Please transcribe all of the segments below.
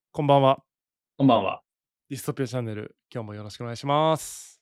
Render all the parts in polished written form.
こんばんは。 こんばんは。 ディストピアチャンネル、今日もよろしくお願いします。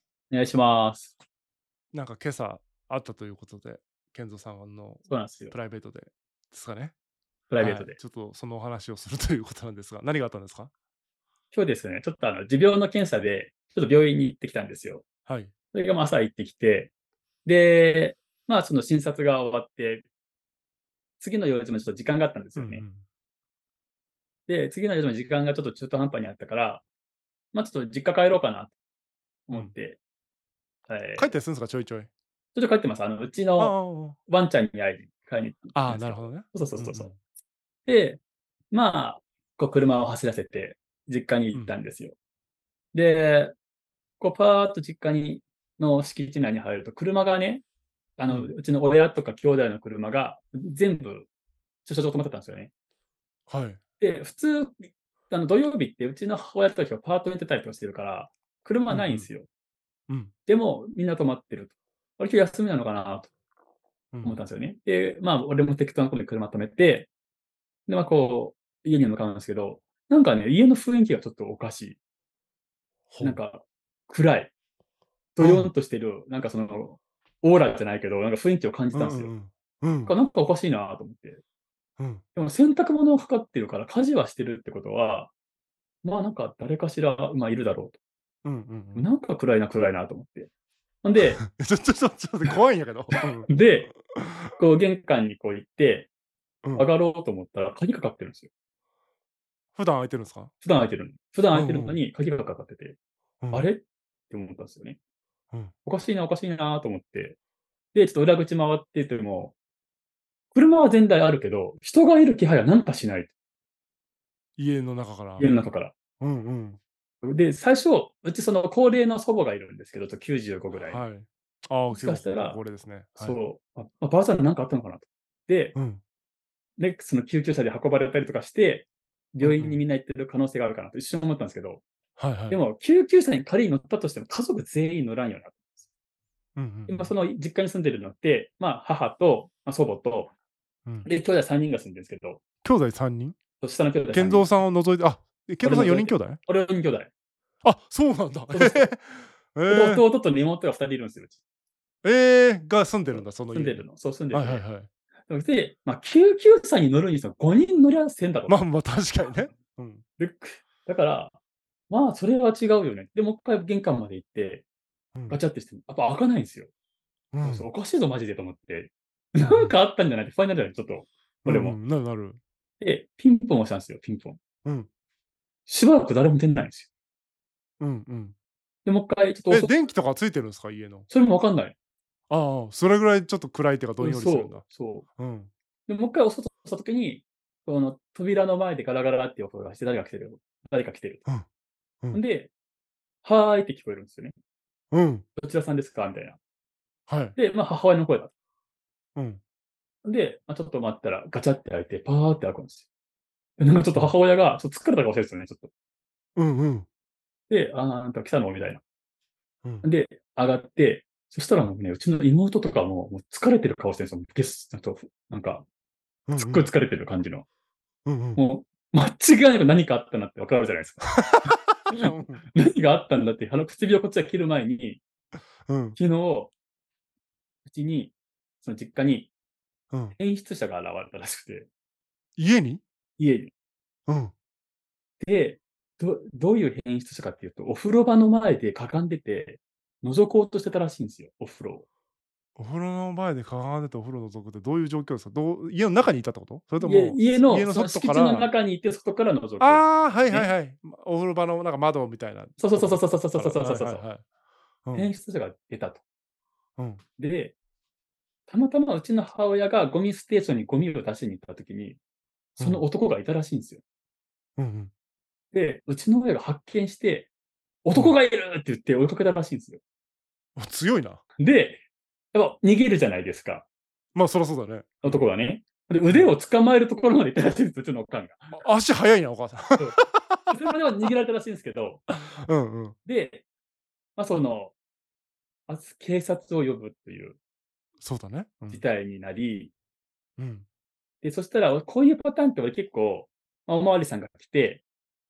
お願いします。 なんか今朝あったということで、健三さんのそうなんですよ。 プライベートですかね。はい。 プライベートで。 ちょっとそのお話をするということなんですが、何があったんですか？ 今日ですね、ちょっと持病の検査で、ちょっと病院に行ってきたんですよ。 はい。 それが朝行ってきて、で、その診察が終わって、次の用事もちょっと時間があったんですよね。 うんうん。 で、次の用事も時間がちょっと中途半端にあったから、ちょっと実家帰ろうかなとうん。 思って、えー帰ったりするんですか？ちょいちょい。 ちょっと帰ってます。うちああのああ。 ワンちゃんに買いに行ったああ、 んですけど。 なるほどね。 そうそううんうん。 そうそう。で、こう車を走らせて、実家に行っうん。 たんですよ。で、こうパーッと実家の敷地内に入ると、車がね、 うん。 うちの親とか兄弟の車が全部駐車場止まってたんですよね。 はい。 で、普通、土曜日ってうちの母親とかがパートに行ってたりとかしてるから、車うんうん。 ないんすよ。 うん。 でも、みんな止まってると。あれ、今日休みなのかなとうん。 思ったんですよね。で、俺も適当なところに車止めて、で、こう、家に向かうんですけど、なんかね、家の雰囲気がちょっとおかしい。なんほう。 か、暗い。どよんうん。 としてる、オーラじゃないけど、なんか雰囲気を感じうんたんすよ。 うんうん。うん。 なんかおかしいなと思って。 うん。 でも洗濯物をかかってるから家事はしてるってことは、なんか誰かしら、いるだろうと。 うんうんうん。 なんか暗いなと思って。ほんで、 ちょっと怖いんやけど。うん。 で、こう玄関にこう行って、 うん。 上がろうと思ったら鍵かかってるんすよ。 普段空いてるんですか？ 普段空いてるのうんうん。 に鍵がかかってて、 うん。 あれ？って思ったんすよね。 うん。 おかしいなと思って。で、ちょっと裏口回ってても、車は全台あるけど、人がいる気配はなんかしない。 家の中から。 家の中から。 うんうん。 で、最初、うちその高齢の祖母がいるんですけど、95ぐらいの。 はい。ああ、 もし結構ご高かしたら、 齢ですね。はい。 そう、ばあさんなんかあったのかなと。で、 うん。 その救急車で運ばれたりとかして、 うんうん。 病院にみんな行ってる可能性があるかなと一瞬思ったんですけど、 はいはい。 でも救急車に仮に乗ったとしても家族全員乗らんよな。 うんうんう今ん。 その実家に住んでるのって、母と、祖母と、 うん。 で、兄弟3人が住んでるんですけど、 兄弟3人？ 下の兄弟3人。 健三さんを除いて健三さん4人兄俺除いて。 弟？ 俺4人兄弟。 あ、そうなんだ。 そうそうそう。 へで、 え。 弟と妹が2人いるんですよ、うち。 ええ、が住んでそう、 るんだ、その家に。 住んでるの。そう、住んでて。 はいはいはい。 で、救急車に乗るにしても5人乗りゃせんだろと。 確かにね。うん。 で、だから、それは違うよね。で、もう一回玄関まで行って、 うん。 ガチャってして、やっぱ開かないんですよ。そう、 うん。 おかしいぞマジでと思って。 うんうん。 なんかあったんじゃないって、ファイナルでちょっと、俺も。 うんうん。なるなる。 で、ピンポン押したんですよ、ピンポン。 うん。 しばらく誰も出ないんですよ。 うんうん。 で、もう一回ちょっとえ、電気とかついてるんすか？家の。 それもわかんない。 ああ、それぐらいちょっと暗いっていうか、どんよりするんだ。 そう。 うん。 で、もう一回押そうとした時に、この扉の前でガラガラっていう音がして、誰か来てるうん。うん。 と。んで、はーいって聞こえるんですよね。 うん。 どちらさんですかみたいな。 はい。 で、母親の声だ。 うん。 で、ちょっと待ったらガチャって開いて、パーって開くんですよ。なんかちょっとうん。 母親が、疲れた顔してるんですよね、ちょっと。 うんうん。 で、あんた来たのみたいな。 うん。 で、上がって、そしたらもうね、うちの妹とかも疲れてる顔してるんですよ。なんか、すっごいうんうん。 疲れてる感じの。 うんうん。 も間違いなく何かあったなってわかるじゃないですか。 うん。 何があったんだって、唇をこっちが切る前に、 うん。 昨日、うちに、その実家にうん。 変質者が現れたらしくて、 家に？ 家に。 うん。 で、どういう変質者かっていうと、お風呂場の前でかがんでて、覗こうとしてたらしいんですよ、お風呂を。 お風呂の前でかがんでてお風呂覗くってどういう状況ですか？家の中にいたってこと？それとも、 家のその家の外敷地のから中にいて、外から覗く。 ああ、はいはいね。 はい。お風呂場のなんか窓みたいなそうそうところそうそうそうそうからそうそうそう。 はいはいはい。うん、 変質者が出たと。 うん、 で、たまたまうちの母親がゴミステーションにゴミを出しに行った時に、そのうん、 男がいたらしいんですよ。 うんうん、 で、うちの親が発見して、 うん。 男がいるって言って追いかけたらしいんですよ。 あ、強いな。 で、やっぱ逃げるじゃないですか、 そらそうだね。うん、 男がね。で、 うん。 腕を捕まえるところまで行ったらしいんです、うちのおかんが。 足速いな、お母さん。 そう。それまでは逃げられたらしいんですけど、 うんうん。 で、その、警察を呼ぶというそうだね。うん、 事態になり、 うん、 で、そしたら、こういうパターンって俺結構、お巡りさんが来て、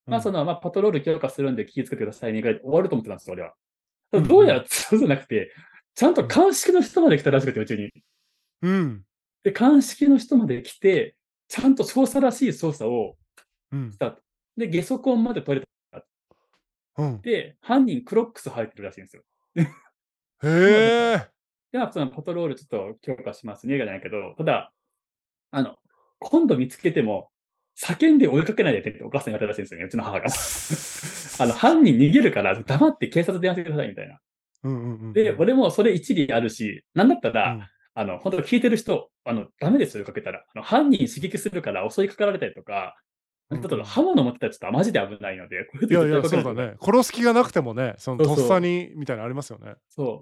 うん。 パトロール強化するんで気をつけてくださいねぐらいで終わると思ってたんですよ、俺は。たうんうだどうやん。 らそうじゃなくて、ちゃんとうん。 鑑識の人まで来たらしくて、うちに。 うん。 で、鑑識の人まで来て、ちゃんと捜査らしい捜査をうん。 したと。で、ゲソ痕まで取れた。 うん。 で、犯人クロックス履いてるらしいんですよ。 へそう、なんか、 え。 ではそのパトロールちょっと強化しますねじゃないけど、ただ、あの、今度見つけても、叫んで追いかけないでってお母さんに言われたらしいんですよね、うちの母が。犯人逃げるから黙って警察電話してくださいみたいな。 うんうんうんうで、 ん。 俺もそれ一理あるし、なんだったら、 うん。 本当聞いてる人、ダメですよ、追いかけたら。犯人刺激するから襲いかかられたりとか、 うんうちょっとん。 刃物持ってたらちょっとマジで危ないので、こういう時絶対追いいやいや、 かけないでください。 そうだね。殺す気がなくてもね、そのとっさそうそう。 にみたいなのありますよね。 そう。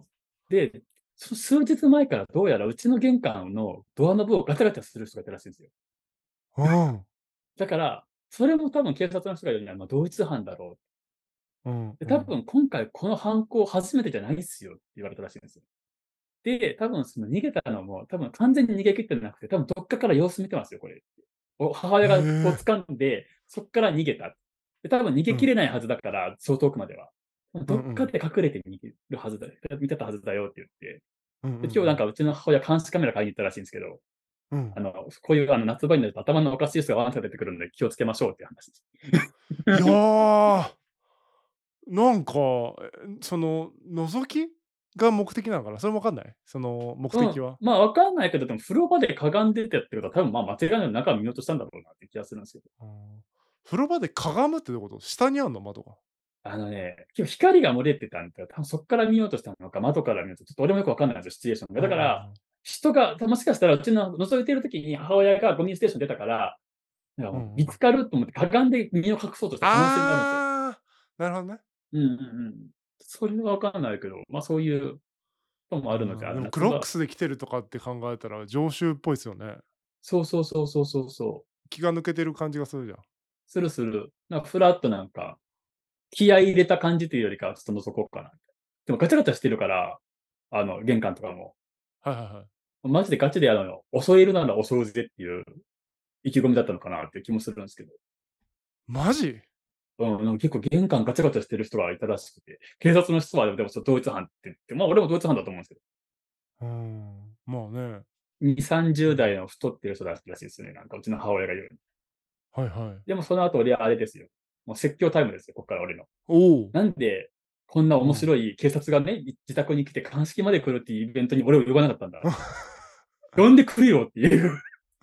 で、数日前からどうやらうちの玄関のドアノブをガチャガチャする人がいたらしいんですよ。 うん。 だから、それも多分警察の人が言うには、同一犯だろう。 うんで、 うん。 多分今回この犯行初めてじゃないっすよって言われたらしいんですよ。で、多分その逃げたのも、多分完全に逃げ切ってなくて、多分どっかから様子見てますよ、これ。母親へがこうえ。 掴んで、そっから逃げた。で、多分逃げ切うん。 れないはずだから、そう遠くまでは。どっかうんうん。 で隠れて逃げるはずだ、見てたはずだよって言って。 うんうんうで、今日なんん。 かうちの母親監視カメラ買いに行ったらしいんですけど、 うん。 こういう夏場になると頭のおかしい人がワンサが出てくるので気をつけましょうっていう話です。 いや、なんか、その覗きが目的なのかな？それも分かんない？その目うん、 的は。 わかんないけど、でも風呂場でかがんでてってことは、多分間違いなく中を見ようとしたんだろうなっていう気がするんですけど。 ああ。風呂場でかがむってどういうこと？下にあんの？窓が。 今日光が漏れてたんで、多分そっから見ようとしたのか、窓から見ようと、ちょっと俺もよくわかんないんですよ、シチュエーションが。 うんうんうだから、 ん。 人が、もしかしたらうちの覗いてる時に母親がゴミステーション出たから、なんかもう見うんうん。 つかると思ってかがんで身を隠そうとした可能性もあるんですよ。 ああ、なるほどね。 うんうんうん。それはわかんないけど、そういうこともあるので、 うん、でもク夏場ロックスで来てるとかって考えたら常習っぽいですよね。 そうそうそうそうそうそう。 気が抜けてる感じがするじゃん。 するする。フラッと気合い入れた感じというよりかは、ちょっと覗こうかな。でもガチャガチャしてるから、玄関とかも、 はいはいはい。 マジでガチで襲えるなら襲うぜっていう意気込みだったのかなっていう気もするんですけど。 マジ？ 結構玄関ガチャガチャしてる人がいたらしくて、警察の人はでも同一犯って言って、俺も同一犯だと思うんですけど、 うーん、まあね。 2、30 うん。 代の太ってる人だったらしいですね。なんかうちの母親が言うに。 はいはい。 でもその後俺はあれですよ。もう説教タイムですよ、こっから俺の。 おお。 なんで、こんなうん。 面白い警察がね、自宅に来て鑑識まで来るっていうイベントに俺を呼ばなかったんだ。呼んでくれよっていう。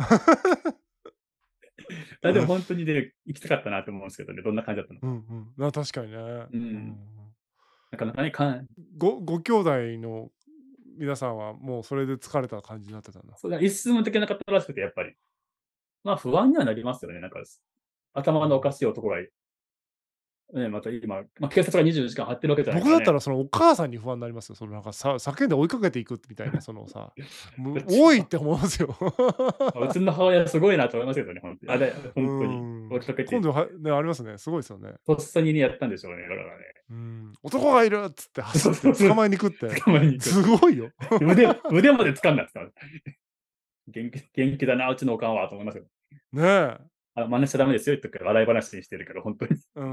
でも本当にね、行きたかったなと思うんですけどね、どんな感じだったのか。 うんうん。あ、確かにね。 うん。 うん。 なかなかね、 ご兄弟の皆さんはもうそれで疲れた感じになってたんだ。 そうだ、一寸も抜けなかったらしくて、やっぱり。不安にはなりますよね、頭のおかうん。 しい男がね、また今、警察が24時間張ってるわけじゃないからね。 僕だったらそのお母さんに不安になりますよ。そのなんか叫んで追いかけていくみたいな、そのさ、おいって思いますよ。 うちの母親すごいなと思いますけどね、本当に。 うー本当に。追いん。 かけて、 今度はね、ありますね。すごいですよね。 とっさにね、やったんでしょうね、だからね。 うん。男がいるっつって走そうってそうそう。 捕まえに行くって、 捕まえに行くっすていう。 ごいよ。 腕まで掴んだって言ってた。元気だな、うちのおかんはと思いますよ。 ねえ。 真似しちゃダメですよ、言っとくけど、笑い話にしてるけど、本当に。 うん、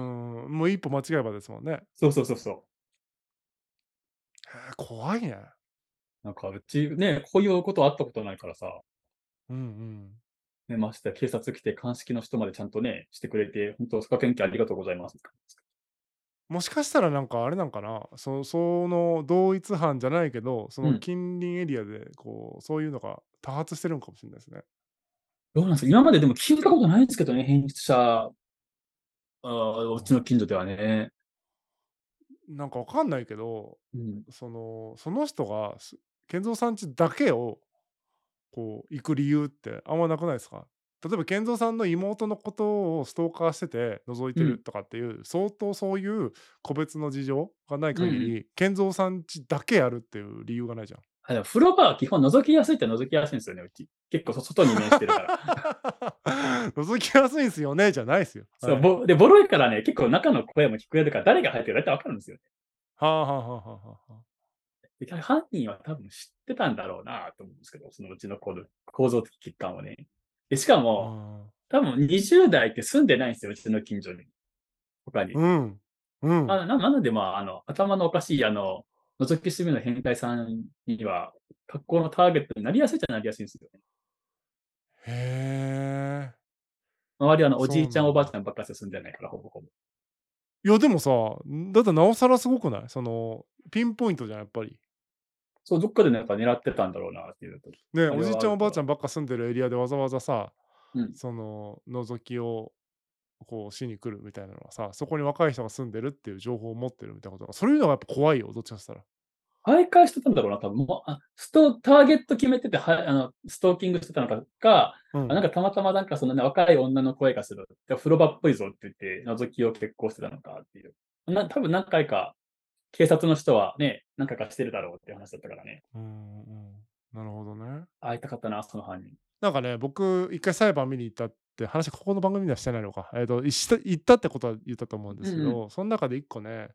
もう一歩間違えばですもんね。 そうそうそうそう。 怖いね。 うちね、こういうことあったことないからさ、 うんうん。 ね、ましてや警察来て鑑識の人までちゃんとね、してくれて、本当、元気ありがとうございます。 もしかしたらなんかあれなんかな、その同一犯じゃないけど、そのうん。 近隣エリアでこう、そういうのが多発してるんかもしれないですね。 どうなんですか、今まででも聞いたことないんですけどね、変質者、うちの近所ではね。 なんかわかんないけど、 うん。 その人が、健三さんちだけをこう行く理由ってあんまなくないですか？例えば健三さんの妹のことをストーカーしてて覗いうん。 てるとかっていう、相当そういう個別の事情がないうんうん。 限り、健三さんちだけやるっていう理由がないじゃん。 でも風呂場は基本覗きやすいって覗きやすいんですよね、うち。結構外に面してるから。 覗きやすいんすよね、じゃないですよ。 そう、 はい。 ボロいからね、結構中の声も聞こえるから、誰が入ってるか大体わかるんですよね。 はあはあはあはあはあはあ。 犯人は多分知ってたんだろうなと思うんですけど、そのうちの構造的欠陥をね。しかも、 あ多分20代って住んでないんですよ、うちの近所に。 他に。 うん。うん。 なので、まあ、頭のおかしい、覗き趣味の変態さんには、格好のターゲットになりやすいっちゃなりやすいんですよね。 へえ、 周りはおじいちゃん、おそうなんだ。 ばあちゃんばっかしか住んでないから、ほぼほぼ。 いや、でもさ、だってなおさらすごくない？ピンポイントじゃん、やっぱり。 そう、どっかでなんか狙ってたんだろうなっていうと、 ね、 あれおじいちゃん、おばあちはあるから。 ゃんばっか住んでるエリアでわざわざさ、 うん。 覗きをこうしに来るみたいなのはさ、そこに若い人が住んでるっていう情報を持ってるみたいなことが、そういうのがやっぱ怖いよ、どっちかっつったら。 徘徊してたんだろうな、多分。もう、ターゲット決めてて、ストーキングしてたのか、なんうん。 かたまたまなんかそのね、若い女の声がする。で風呂場っぽいぞって言って、覗きを決行してたのかっていう。多分何回か、警察の人はね、何回かしてるだろうっていう話だったからね。 うんうん。なるほどね。 会いたかったな、その犯人。 なんかね、僕一回裁判見に行ったって話、ここの番組ではしてないのか。行ったってことは言ったと思うんでうんうん。 すけど、その中で1個ね、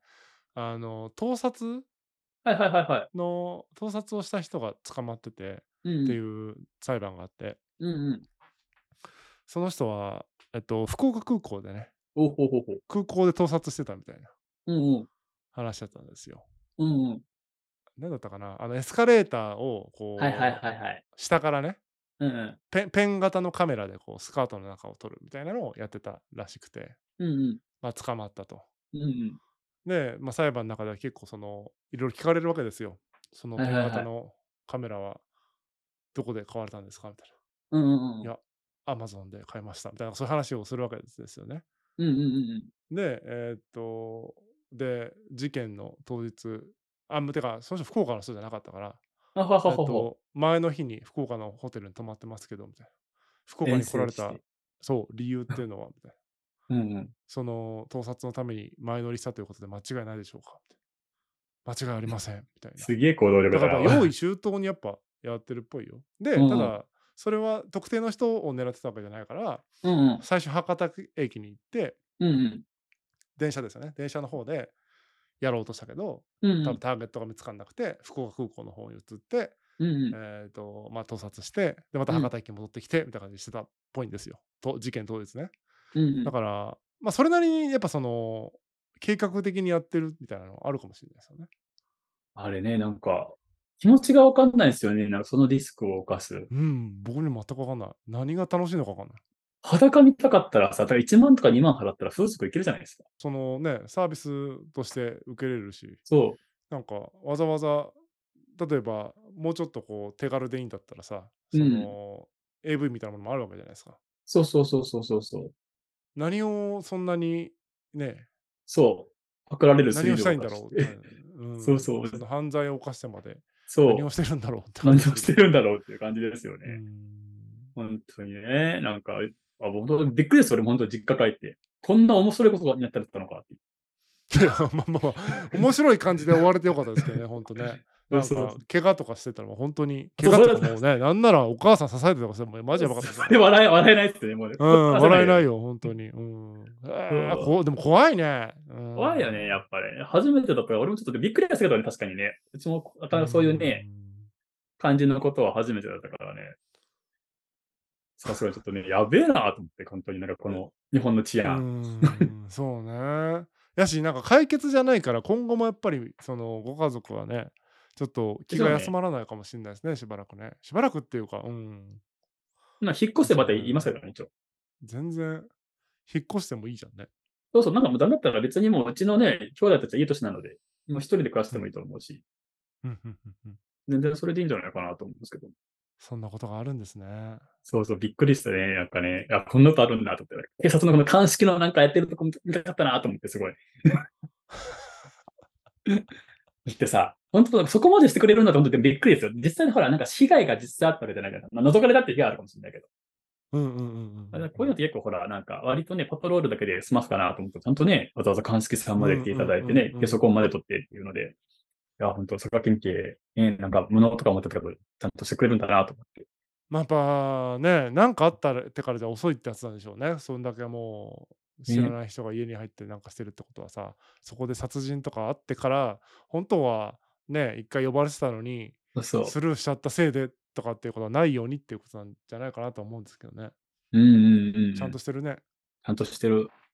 はいはいはいはい。 盗撮をした人が捕まっててってうんうん。 いう裁判があって、 うんうん。 その人は、福岡空港でね、 おほほほ。 空港で盗撮してたみたいなうんうん。 話だったんですよ。 うんうん。 なんだったかな、エスカレーターをはいはいこはいはい。 う、下からね、 うんうん。 ペン型のカメラでこうスカートの中を撮るみたいなのをやってたらしくて、 うんうん。 まあ、捕まったと。 うんうん。 で、まあ、裁判の中では結構いろいろ聞かれるわけですよ。そのペンはいはいはい。 型のカメラはどこで買われたんですかみたいな。 うんうんうん。 いや、アマゾンで買いましたみたいな、そういう話をするわけですよね。 うんうんうんうん。 で、事件の当日、てか、その人福岡の人じゃなかったから、 あ、はははは。 前の日に福岡のホテルに泊まってますけどみたいな。福岡遠に来られた、 征して。 そう、理由っていうのはみたいな。 うんうん。 盗撮のために前乗りしたということで間違いないでしょうかみたいな。間違いありませんみたいな。 すげえ行動力だからやっぱ用意だな。 周到にやっぱやってるっぽいよ。で、たうんうん。 だ、それは特定の人を狙ってたわけじゃないから、 うんうん。 最初博多駅に行って、 うんうん。 電車ですよね。電車の方でやろうとしたけど、 うんうん。 多分ターゲットが見つからなくて、福岡空港の方に移って、 うんうん。 まあ、盗撮して、で、またうん。 博多駅に戻ってきてみたいな感じでしてたっぽいんですよ。事件当日ね。 うんうん。 だから、ま、それなりにやっぱ計画的にやってるみたいなのはあるかもしれないですよね。 あれね、なんか、気持ちがわかんないですよね、なんかそのリスクを冒す。 うん、僕に全く分かんない。何が楽しいのか分かんない。 裸見たかったらさ、だから1万とか2万払ったら風俗行けるじゃないですか。 サービスとして受けれるし、 そう。 なんかわざわざ、例えばもうちょっとこう手軽でいいんだったらさ、 うん。 AV みたいなものもあるわけじゃないですか。 そうそうそうそうそうそう。 何をそんなにね、 そう。パクられるス何をしたいんリルを感だろうって、 じて。そうそう。 その犯罪を犯してまで何をそしてるんだろうってう。何感じするけどね。 をしてるんだろうっていう感じですようーね。 ん。 ほんとにね、なんか、本当びっくりです、俺もほんと実家帰って。こんな面白いことになってたのかって。 いや、まあまあまあ、面白い感じで終われてよかったですけどね、ほんとね。なんか、 そうそうそう。 怪我とかしてたらもうほんとに、怪そう、 我ってそれだとかもうね、なんならお母さん支えてとかしてもマジやばかったですよね。 それ笑えないっすね、もうね。ここからうん、 話せないよね。 笑えないよ、ほんとに。うん。 そう。 でも怖いね。 怖いよね、やっぱりね。初めてだったら俺もちょっとびっくりはしたけどね、確かにね。うちも、 うーそういうね、 ん。 感じのことは初めてだったからね。さすがにちょっとね、やべえなと思って、ほんとになんかこの日本の治うー安。 ん、そうね。なんか解決じゃないから、今後もやっぱりご家族はね、ちょっと気が休でしょうね。 まらないかもしんないですね、しばらくね。しばらくっていうか、うん。 引っ越せばっですよね。 て言いましたからね、一応。 全然引っ越してもいいじゃんね。 そうそう、なんかもうなんだったら別にもううちのね、兄弟たちはいい年なので、もう一人で暮らしうん。 てもいいと思うし、 うん、ふんふんふん。 全然それでいいんじゃないかなと思うんですけど。 そんなことがあるんですね。 そうそう、びっくりしたね。なんかね、こんなことあるんだと思って。警察のこの鑑識のなんかやってるとこ見たかったなと思って、すごい。ってさ、本当そこまでしてくれるんだと思ってびっくりですよ。実際にほら、なんか被害が実際あったわけじゃないから、まあ、覗かれたって被害あるかもしれないけど。 うんうんうんうんうんうん。 こういうのって結構ほら、なんか割とね、パトロールだけで済ますかなと思って、ちゃんとね、わざわざ鑑識さんまで来ていたうんうんだいてね、ゲうんうん。 ソ痕まで取ってっていうので、いや、本当佐賀県警、ね、なんか無能とか思ってたけど、ちゃんとしてくれるんだなと思って。 ま、やっぱね、なんかあったらてからじゃ遅いってやつなんでしょうね。そんだけもう知らね、 ない人が家に入ってなんかしてるってことはさ、そこで殺人とかあってから、本当はね、一回呼ばれてたのに、 そうそう。 スルーしちゃったせいでとかっていうことはないようにっていうことなんじゃないかなと思うんですけどね。 うんうんうんちゃんうん。 としてるね。 ちゃんとしてる。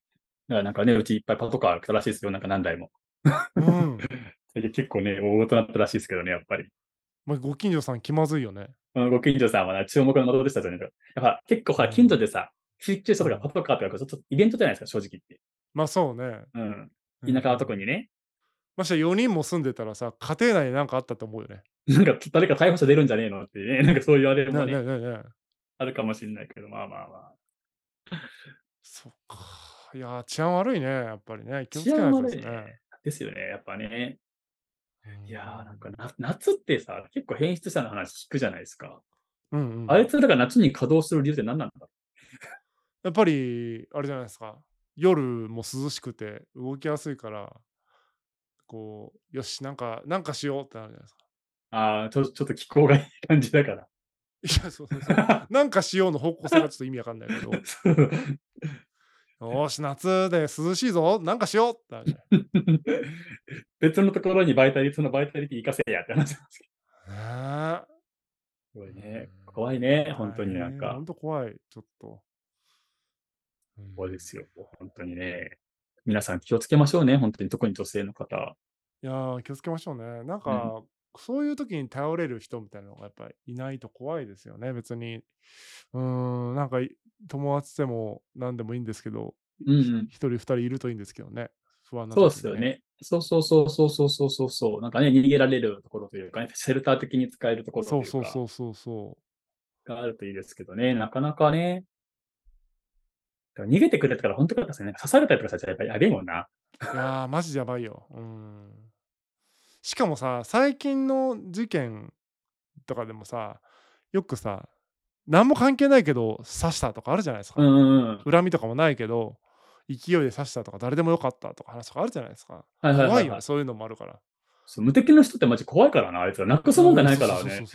だからなんかね、うちいっぱいパトカー来たらしいですよ、なんか何台も。 うん。 それで結構ね、大事なったらしいですけどね、やっぱり。 ま、ご近所さん気まずいよね。 ご近所さんはね、注目の的でしたよね。やっぱ結構ほら、近所うん。 でさ、救急車とかうん。 パトカーとか、ちょっとイベントじゃないですか、正直言って。 ま、そうね。 うん。 うんう田舎は特ん。 にね、 まして4人も住んでたらさ、家庭内でなんかあったと思うよね。 なんか誰か逮捕者出るんじゃねえのってね、なんかそういうあれもねえねね、 えねえねえ。 あるかもしんないけど、まあまあまあ。 そっか。いや、治安悪いね、やっぱりね。気を治つけないと安悪いね。 ですね。 ですよね、やっぱね。 うーいや、なんかん。 夏ってさ、結構変質者の話聞くじゃないですか。 うんうん。 あいつらが夏に稼働する理由って何なんだ？ やっぱりあれじゃないですか。夜も涼しくて動きやすいから、こう、よし、なんかしようってなるじゃないですか。 ああ、ちょっと気候がいい感じだから。 いや、そうそうそう。なんかしようの方向性がちょっと意味わかんないけど、 そう。 よし、夏で涼しいぞ、なんかしようってなるじゃない。 別のところにそのバイタリティ活かせやって話なんですけど。 ねえ。 すごうーいね。怖いん。 ね、本当になん大変、ほか。 んと怖い、ちょっと。うーん。 そうですよ、本当にね。皆さん気をつけましょうね、本当に、特に女性の方。 いや、気をつけましょうね。なんうん。 か、そういう時に頼れる人みたいなのがやっぱりいないと怖いですよね、別に。なんか、友達でも何でもいいんですけど、 うんうん。 1人2人いるといいんですけどね、不安なそうっ時にね。 すよね。そうそうそうそうそうそうそうそう。なんかね、逃げられるところというかね、シェルター的に使えるところそうというか、 そうそうそうそう。 があるといいですけどね、なかなかね、だから逃げてくれたから本当かですね、なんか刺されたりとかされたらやっぱりやべえもんな。 いや、マジやばいよ。しかもさ、最近の事件とかでもさ、よくさ、何も関係ないけど刺したとかあるじゃないですか。 うんうんうん。 恨みとかもないけど、勢いで刺したとか、誰でもよかったとか話とかあるじゃないですか。 はいはいは怖いよね、 いはい。 そういうのもあるから。 そう、無敵の人ってマジ怖いからな、あいつら。なくすもんがないそうからね。 そうそうそうそう。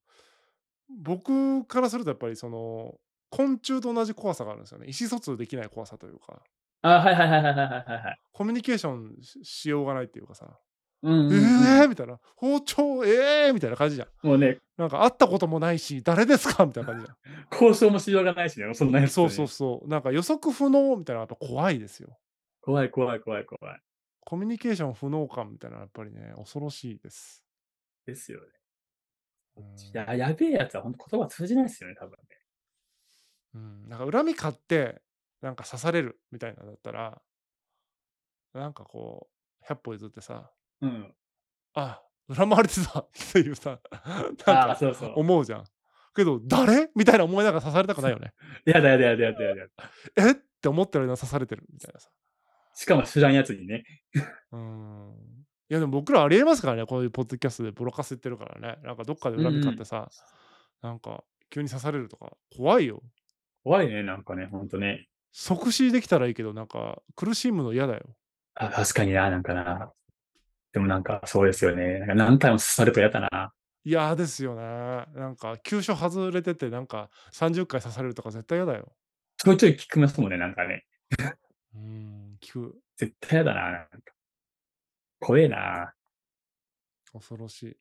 僕からするとやっぱり昆虫と同じ怖さがあるんですよね。意思疎通できない怖さというか、 あ、はいはいはいはいはいはいはいはい。 コミュニケーションしようがないっていうかさ、 うんうんうん。 みたいな、包丁、みたいな感じじゃん。 もうね、 なんか会ったこともないし、誰ですかみたいな感じじゃん。 交渉もしようがないしね、そんなやつそうそうに。 そう。なんか予測不能みたいなのがやっぱ怖いですよ。 怖い怖い怖い怖い。 コミュニケーション不能感みたいなのはやっぱりね、恐ろしいです。 ですよね。 うん。 やべえやつはほんと言葉通じないですよね、多分ね。 なんか恨み買って、なんか刺されるみたいなんだったら、なんかこう、100歩譲ってさ、 うん。 あ、恨まれてたっていうさ、なんああ、 かそうそう。 思うじゃん。けど、誰？みたいな思いながら刺されたくないよね。 やだやだやだやだやだやだ。 えって思ってる間刺されてるみたいなさ。 しかも知らんやつにね。 うーん。いやでも僕らありえますからね、こういうポッドキャストでボロカス言ってるからね。なんかどっかで恨みうんうん。 買ってさ、なんか急に刺されるとか、怖いよ。 怖いね、なんかね、ほんとね。 即死できたらいいけど、なんか苦しむの嫌だよ。 あ、確かにな、なんかな。でもなんかそうですよね。なんか何回も刺されると嫌だな。 嫌ですよね。なんか急所外れてて、なんか30回刺されるとか絶対嫌だよ。 ちょいちょい聞きますもんね、なんかね。 聞く。 絶対嫌だな、なんか。怖えな。 恐ろしい。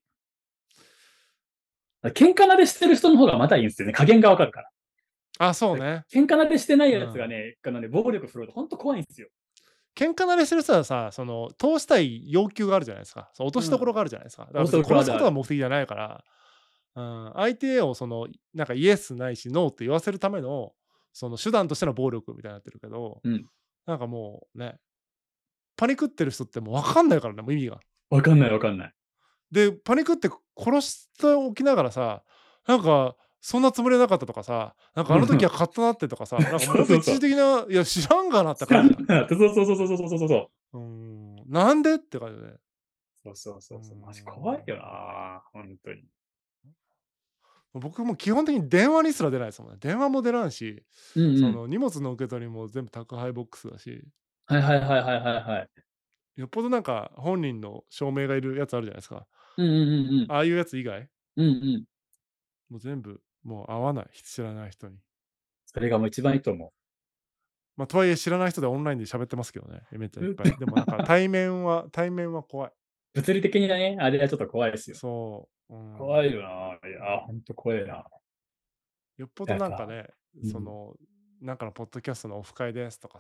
喧嘩慣れしてる人の方がまだいいんですよね。加減がわかるから。 あ、そうね。 喧嘩慣れしてないうん。 やつがね、暴力振るうとほんと怖いんすよ。 喧嘩慣れしてる人はさ、通したい要求があるじゃないですか。落としどころうん。 があるじゃないですか。だから別にオーソド殺すことがクあるある。 目的じゃないから、相手をなんかイエスないしノーって言わせるための、その手段としての暴力みたいになってるけど、 うん。 なんかもうね、パニクってる人ってもう分かんないからね、もう意味が。 わかんないわかんない。 で、パニクって殺しておきながらさ、なんか、そんなつもりはなかったとかさ、なんかあの時はカッとなってとかさ、なんかもうほんと一そうそうそう。 時的な、いや知らんがなって感じじゃん。 そうそうそうそうそうそうそう。 なんでって感じで。 そうそううーそうそう。マジ怖いよん。 な、ほんとに。 僕も基本的に電話にすら出ないですもんね。電話も出らんし、 うんうん。 荷物の受け取りも全部宅配ボックスだし、 はいはいはいはいはいはい。 よっぽどなんか本人の証明がいるやつあるじゃないですか。 うんうんうんうん。 ああいうやつ以外、 うんうん。 もう全部もう会わない、知らない人に。 それがもう一番いいと思とはいえ知らない人でオンラインで喋ってますけどね、めっちゃいっう。 ぱい。でもなんか対面は怖い。 物理的にね、あれはちょっと怖いですよ。 そう、 怖いよな。いや、ほんと怖いな。 よっぽどやっぱ、 なんかね、 うん。 なんかのポッドキャストのオフ会ですとかさ、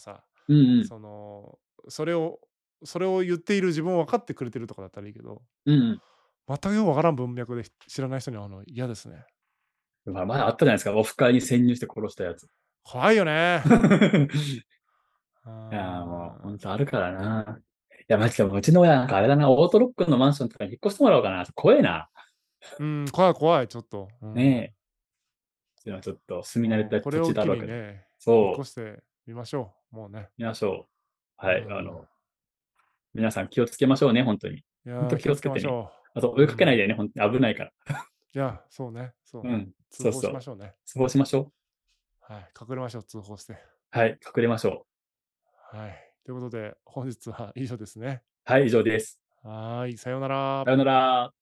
うんうん。 その、それをそれを言っている自分を分かってくれてるとかだったらいいけど、 うんうん。 全くようわからん文脈で知らない人に会うの嫌ですね。 まあ、前あったじゃないですか、オフ会に潜入して殺したやつ。 怖いよね。うーいや、もうほんん。 とあるからな。いや、マジでうちの親なんかあれだな、オートロックのマンションとかに引っ越してもらおうかな。怖えな。 うん、怖い怖い、ちょっと。うん。 ねえ。でもちょっと住み慣れもうた土これを機地だろうけど。 にね、引っそう、 越してみましょう。もうね。 見ましょう。はい、 うん。 皆さん気をつけましょうね、ほんとに。ほんといや、気をつけ気をつけてね。 ましょあとう。う追いかけないん。 でね、ほんと危ないから。 いや、そうね、そうね。 うん、 通報そうそう。 しましょうね。 そうしましょう。 はい、隠れましょう、通報して。 はい、隠れましょう。 はい。ということで、本日は以上ですね。 はい、以上です。 はーい、さようなら。 さよなら。